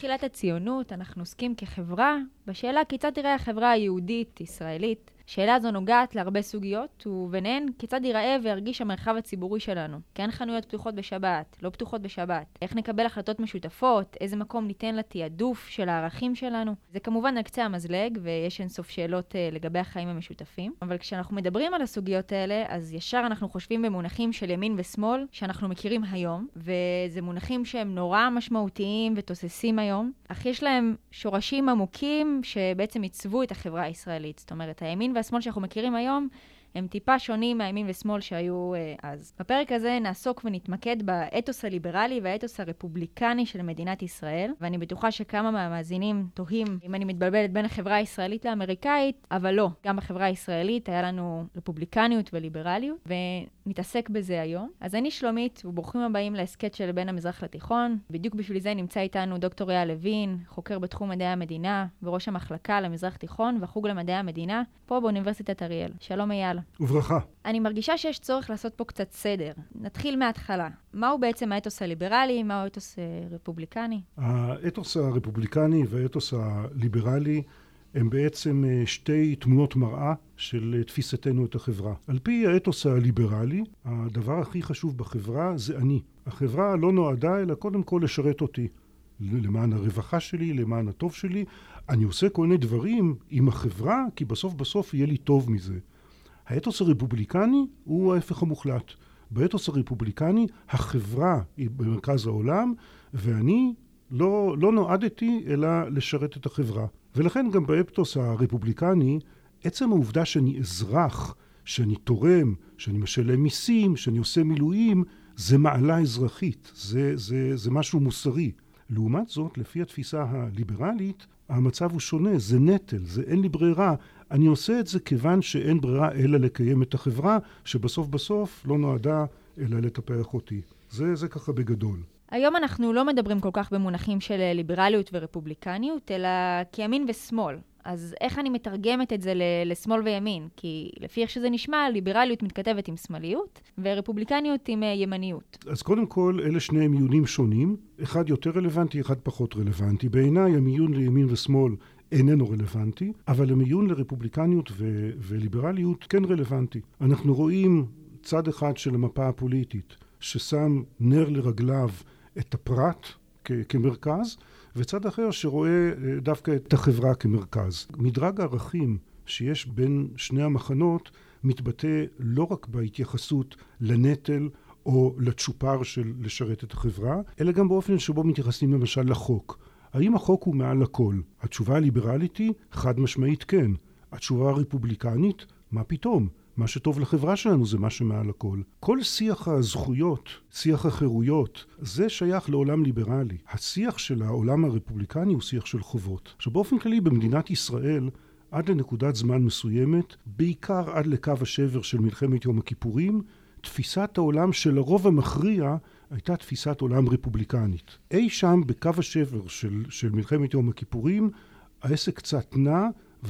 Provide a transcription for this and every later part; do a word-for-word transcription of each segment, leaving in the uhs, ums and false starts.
מתחילת הציונות אנחנו עוסקים כחברה בשאלה כיצד תראה החברה היהודית-ישראלית. שאלה זו נוגעת להרבה סוגיות, וביניהן כיצד ייראה וירגיש המרחב הציבורי שלנו. כן חנויות פתוחות בשבת, לא פתוחות בשבת. איך נקבל החלטות משותפות, איזה מקום ניתן לתיעדוף של הערכים שלנו. זה כמובן על קצה המזלג, ויש אינסוף שאלות uh, לגבי החיים המשותפים. אבל כשאנחנו מדברים על הסוגיות האלה, אז ישר אנחנו חושבים במונחים של ימין ושמאל, שאנחנו מכירים היום, וזה מונחים שהם נורא משמעותיים ותוססים היום, אך יש להם שורשים עמוקים שבעצם עיצבו את החברה הישראלית. זאת אומרת, הימין והשמאל שאנחנו מכירים היום הם טיפה שונים מהימין ושמאל שהיו אה, אז. בפרק הזה נעסוק ונתמקד באתוס הליברלי והאתוס הרפובליקני של מדינת ישראל, ואני בטוחה שכמה מהמאזינים תוהים אם אני מתבלבלת בין החברה הישראלית לאמריקאית, אבל לא. גם בחברה הישראלית היה לנו רפובליקניות וליברליות, ונתעסק בזה היום. אז אני שלומית, וברוכים הבאים להסכת של בין המזרח לתיכון. בדיוק בשביל זה נמצא איתנו דוקטור אייל לוין, חוקר בתחום מדעי המדינה, וראש המחלקה למזרח תיכון והחוג למדעי המדינה, פה באוניברסיטת אריאל. שלום אייל. וברכה. אני מרגישה שיש צורך לעשות פה קצת סדר. נתחיל מההתחלה. מהו בעצם האתוס הליברלי? מהו האתוס הרפובליקני? האתוס הרפובליקני והאתוס הליברלי הם בעצם שתי תמונות מראה של תפיסתנו את החברה. על פי האתוס הליברלי, הדבר הכי חשוב בחברה זה אני. החברה לא נועדה אלא קודם כל לשרת אותי. למען הרווחה שלי, למען הטוב שלי. אני עושה כל מיני דברים עם החברה, כי בסוף בסוף יהיה לי טוב מזה. האתוס הרפובליקני הוא ההפך המוחלט. באתוס הרפובליקני החברה היא במרכז העולם, ואני לא, לא נועדתי אלא לשרת את החברה. ולכן גם באתוס הרפובליקני, עצם העובדה שאני אזרח, שאני תורם, שאני משלם מיסים, שאני עושה מילואים, זה מעלה אזרחית, זה, זה, זה משהו מוסרי. לעומת זאת, לפי התפיסה הליברלית, המצב הוא שונה, זה נטל, זה אין לי ברירה. אני עושה את זה כיוון שאין ברירה אלא לקיים את החברה, שבסוף בסוף לא נועדה אלא לטפח אותי. זה, זה ככה בגדול. היום אנחנו לא מדברים כל כך במונחים של ליברליות ורפובליקניות, אלא כימין ושמאל. אז איך אני מתרגמת את זה לשמאל וימין? כי לפי איך שזה נשמע, ליברליות מתכתבת עם שמאליות, ורפובליקניות עם ימניות. אז קודם כל, אלה שני מיונים שונים. אחד יותר רלוונטי, אחד פחות רלוונטי. בעיניי, המיון לימין ושמאל איננו רלוונטי, אבל המיון לרפובליקניות ו- וליברליות כן רלוונטי. אנחנו רואים צד אחד של המפה הפוליטית, ששם נר לרגליו את הפרט כ- כמרכז, וצד אחר שרואה דווקא את החברה כמרכז. מדרג הערכים שיש בין שני המחנות מתבטא לא רק בהתייחסות לנטל או לצ'ופר של לשרת את החברה, אלא גם באופן שבו מתייחסים למשל לחוק. האם החוק הוא מעל הכל? התשובה הליברלית היא חד משמעית כן. התשובה הרפובליקנית, מה פתאום? מה שטוב לחברה שלנו זה מה שמעל הכל. כל שיח הזכויות, שיח החירויות, זה שייך לעולם ליברלי. השיח של העולם הרפובליקני הוא שיח של חובות. עכשיו באופן כללי במדינת ישראל, עד לנקודת זמן מסוימת, בעיקר עד לקו השבר של מלחמת יום הכיפורים, תפיסת העולם של הרוב המכריע הייתה תפיסת עולם רפובליקנית. אי שם בקו השבר של, של מלחמת יום הכיפורים, העסק קצת נע,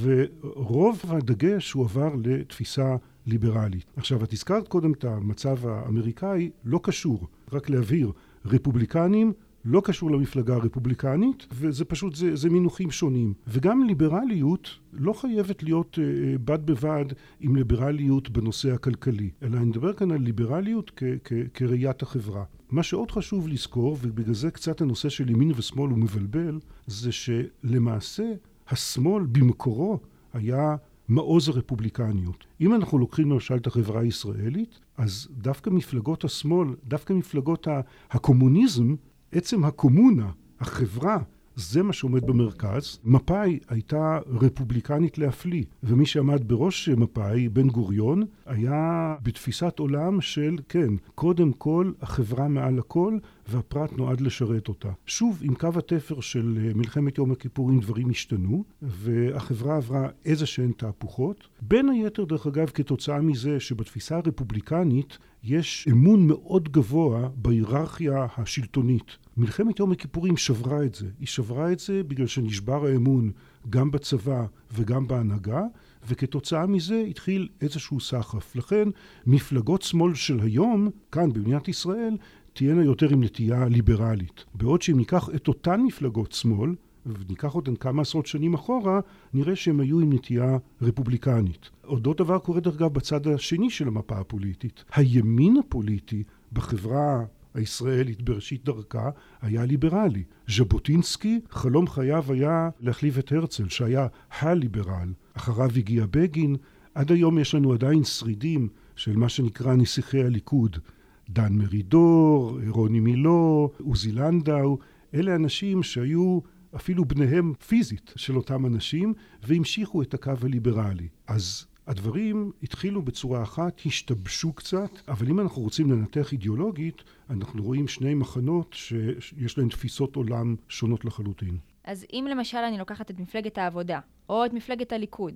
ורוב הדגש הוא עבר לתפיסה ליברלית. עכשיו, את הזכרת קודם את המצב האמריקאי, לא קשור, רק להבהיר, רפובליקנים לא קשור למפלגה הרפובליקנית, וזה פשוט, זה, זה מינוחים שונים. וגם ליברליות לא חייבת להיות אה, בד בבד עם ליברליות בנושא הכלכלי, אלא אני מדבר כאן על ליברליות כ- כ- כראיית החברה. מה שעוד חשוב לזכור, ובגלל זה קצת הנושא של ימין ושמאל הוא מבלבל, זה שלמעשה השמאל במקורו היה מעוז הרפובליקניות. אם אנחנו לוקחים למשל את החברה הישראלית, אז דווקא מפלגות השמאל, דווקא מפלגות הקומוניזם, עצם הקומונה, החברה, זה מה שעומד במרכז. מפא"י הייתה רפובליקנית להפליא, ומי שעמד בראש מפא"י, בן גוריון, היה בתפיסת עולם של, כן, קודם כל החברה מעל הכל, והפרט נועד לשרת אותה. שוב, עם קו התפר של מלחמת יום הכיפורים דברים השתנו, והחברה עברה איזה שהן תהפוכות. בין היתר, דרך אגב, כתוצאה מזה שבתפיסה הרפובליקנית יש אמון מאוד גבוה בהיררכיה השלטונית. מלחמת יום הכיפורים שברה את זה. היא שברה את זה בגלל שנשבר האמון גם בצבא וגם בהנהגה, וכתוצאה מזה התחיל איזשהו סחף. לכן, מפלגות שמאל של היום, כאן במדינת ישראל, תהיינה יותר עם נטייה ליברלית. בעוד שאם ניקח את אותן מפלגות שמאל, וניקח אותן כמה עשרות שנים אחורה, נראה שהם היו עם נטייה רפובליקנית. אותו דבר קורה דרך אגב בצד השני של המפה הפוליטית. הימין הפוליטי בחברה הישראלית בראשית דרכה היה ליברלי. ז'בוטינסקי, חלום חייו היה להחליף את הרצל, שהיה הליברל. אחריו הגיע בגין. עד היום יש לנו עדיין שרידים של מה שנקרא נסיכי הליכוד. דן מרידור, רוני מילו, עוזי לנדאו. אלה אנשים שהיו אפילו בניהם פיזית של אותם אנשים, והמשיכו את הקו הליברלי. אז הדברים התחילו בצורה אחת, השתבשו קצת, אבל אם אנחנו רוצים לנתח אידיאולוגית, אנחנו רואים שני מחנות שיש להם תפיסות עולם שונות לחלוטין. אז אם למשל אני לוקחת את מפלגת העבודה, או את מפלגת הליכוד,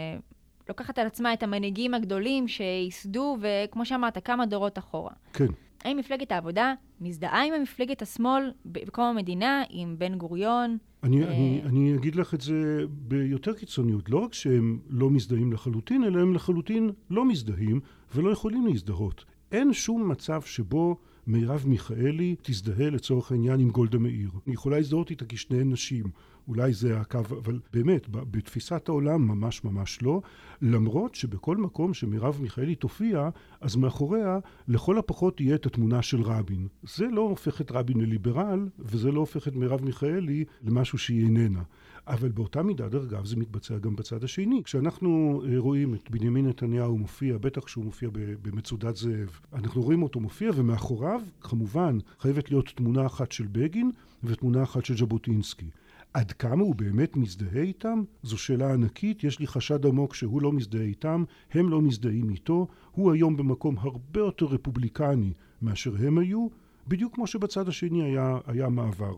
שלוקחת על עצמה את המנהיגים הגדולים שיסדו, וכמו שאמרת, כמה דורות אחורה. כן. האם מפלגת העבודה מזדהה עם מפלגת השמאל בקום המדינה, עם בן גוריון? אני, אני, אני אגיד לך את זה ביותר קיצוניות. לא רק שהם לא מזדהים לחלוטין, אלא הם לחלוטין לא מזדהים ולא יכולים להזדהות. אין שום מצב שבו מרב מיכאלי תזדהה לצורך העניין עם גולדה מאיר. אני יכולה להזדהות איתה כשני נשים. אולי זה הקו, אבל באמת, בתפיסת העולם ממש ממש לא. למרות שבכל מקום שמרב מיכאלי תופיע, אז מאחוריה לכל הפחות תהיה את התמונה של רבין. זה לא הופך את רבין לליברל, וזה לא הופך את מרב מיכאלי למשהו שהיא איננה. אבל באותה מידה, דרך אגב, זה מתבצע גם בצד השני. כשאנחנו רואים את בנימין נתניהו מופיע, בטח שהוא מופיע במצודת זאב, אנחנו רואים אותו מופיע, ומאחוריו, כמובן, חייבת להיות תמונה אחת של בגין, ותמונה אחת של ז'בוטינסקי. עד כמה הוא באמת מזדהה איתם? זו שאלה ענקית, יש לי חשד עמוק שהוא לא מזדהה איתם, הם לא מזדהים איתו, הוא היום במקום הרבה יותר רפובליקני מאשר הם היו, בדיוק כמו שבצד השני היה, היה מעבר.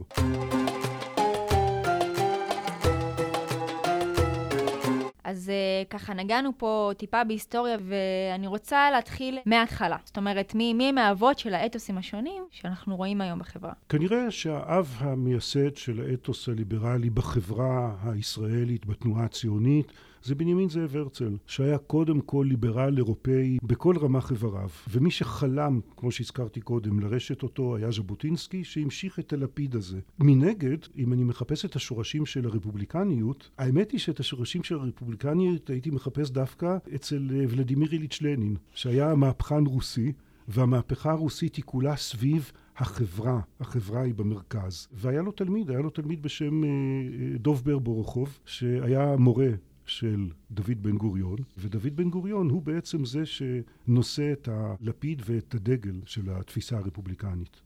אז ככה נגענו פה טיפה בהיסטוריה, ואני רוצה להתחיל מההתחלה. זאת אומרת, מי, מי הם האבות של האתוסים השונים שאנחנו רואים היום בחברה? כנראה שהאב המייסד של האתוס הליברלי בחברה הישראלית, בתנועה הציונית, זה בנימין זאב הרצל, שהיה קודם כל ליברל אירופאי בכל רמ"ח איבריו. ומי שחלם, כמו שהזכרתי קודם, לרשת אותו היה ז'בוטינסקי, שהמשיך את הלפיד הזה. מנגד, אם אני מחפש את השורשים של הרפובליקניות, האמת היא שאת השורשים של הרפובליקניות הייתי מחפש דווקא אצל ולדימיר איליץ' לנין, שהיה מהפכן רוסי, והמהפכה הרוסית היא כולה סביב החברה, החברה היא במרכז. והיה לו תלמיד, היה לו תלמיד בשם דוב ברבורוכוב, שהיה מורה של דוד בן גוריון, ודוד בן גוריון הוא בעצם זה שנושא את הלפיד ואת הדגל של התפיסה הרפובליקנית.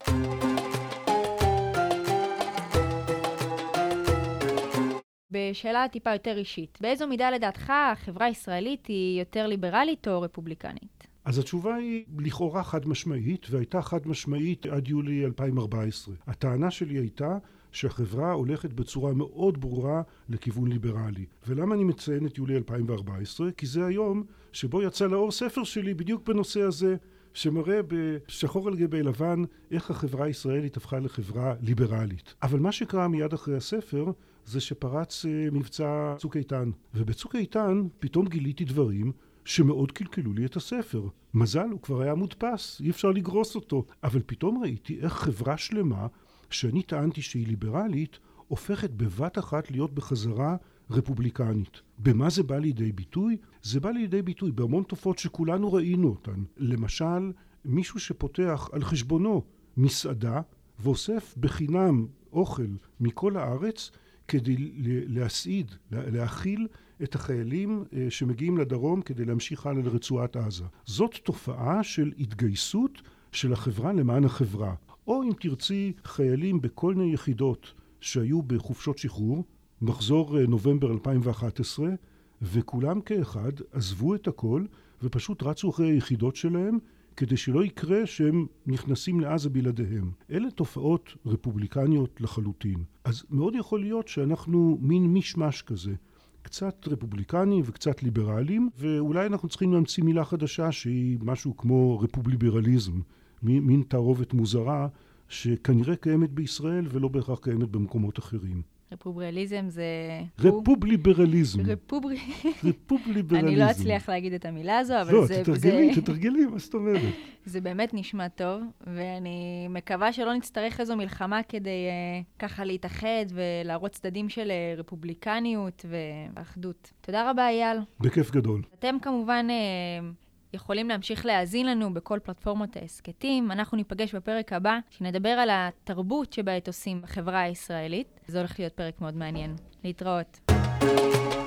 בשאלה טיפה יותר אישית, באיזו מידה לדעתך החברה הישראלית היא יותר ליברלית או רפובליקנית? אז התשובה היא לכאורה חד משמעית, והייתה חד משמעית עד יולי אלפיים וארבע עשרה. הטענה שלי הייתה שהחברה הולכת בצורה מאוד ברורה לכיוון ליברלי. ולמה אני מציין את יולי אלפיים וארבע עשרה? כי זה היום שבו יצא לאור ספר שלי בדיוק בנושא הזה, שמראה בשחור על גבי לבן איך החברה הישראלית הפכה לחברה ליברלית. אבל מה שקרה מיד אחרי הספר זה שפרץ מבצע צוק איתן. ובצוק איתן פתאום גיליתי דברים שמאוד קלקלו לי את הספר. מזל, הוא כבר היה מודפס, אי אפשר לגרוס אותו. אבל פתאום ראיתי איך חברה שלמה שאני טענתי שהיא ליברלית, הופכת בבת אחת להיות בחזרה רפובליקנית. במה זה בא לידי ביטוי? זה בא לידי ביטוי בהמון תופעות שכולנו ראינו אותן. למשל, מישהו שפותח על חשבונו מסעדה, ואוסף בחינם אוכל מכל הארץ, כדי להסעיד, להאכיל את החיילים שמגיעים לדרום כדי להמשיך הלאה לרצועת עזה. זאת תופעה של התגייסות של החברה למען החברה. או אם תרצי חיילים בכל מיני יחידות שהיו בחופשות שחרור, מחזור נובמבר אלפיים ואחת עשרה, וכולם כאחד עזבו את הכל ופשוט רצו אחרי היחידות שלהם, כדי שלא יקרה שהם נכנסים לעזה בלעדיהם. אלה תופעות רפובליקניות לחלוטין. אז מאוד יכול להיות שאנחנו מין משמש כזה, קצת רפובליקני וקצת ליברלים, ואולי אנחנו צריכים להמציא מילה חדשה שהיא משהו כמו רפובליברליזם, מין תערובת מוזרה שכנראה קיימת בישראל ולא בהכרח קיימת במקומות אחרים. רפובליזם זה... רפובליברליזם. רפובלי... רפובליברליזם. אני לא אצליח להגיד את המילה הזו, אבל לא, זה... תתרגלי, תתרגלי, מה זאת אומרת? זה באמת נשמע טוב, ואני מקווה שלא נצטרך איזו מלחמה כדי uh, ככה להתאחד ולהראות צדדים של uh, רפובליקניות ואחדות. תודה רבה, אייל. בכיף גדול. אתם כמובן... Uh, יכולים להמשיך להאזין לנו בכל פלטפורמות העסקתים. אנחנו ניפגש בפרק הבא, שנדבר על התרבות שבה עושים בחברה הישראלית. זה הולך להיות פרק מאוד מעניין. להתראות.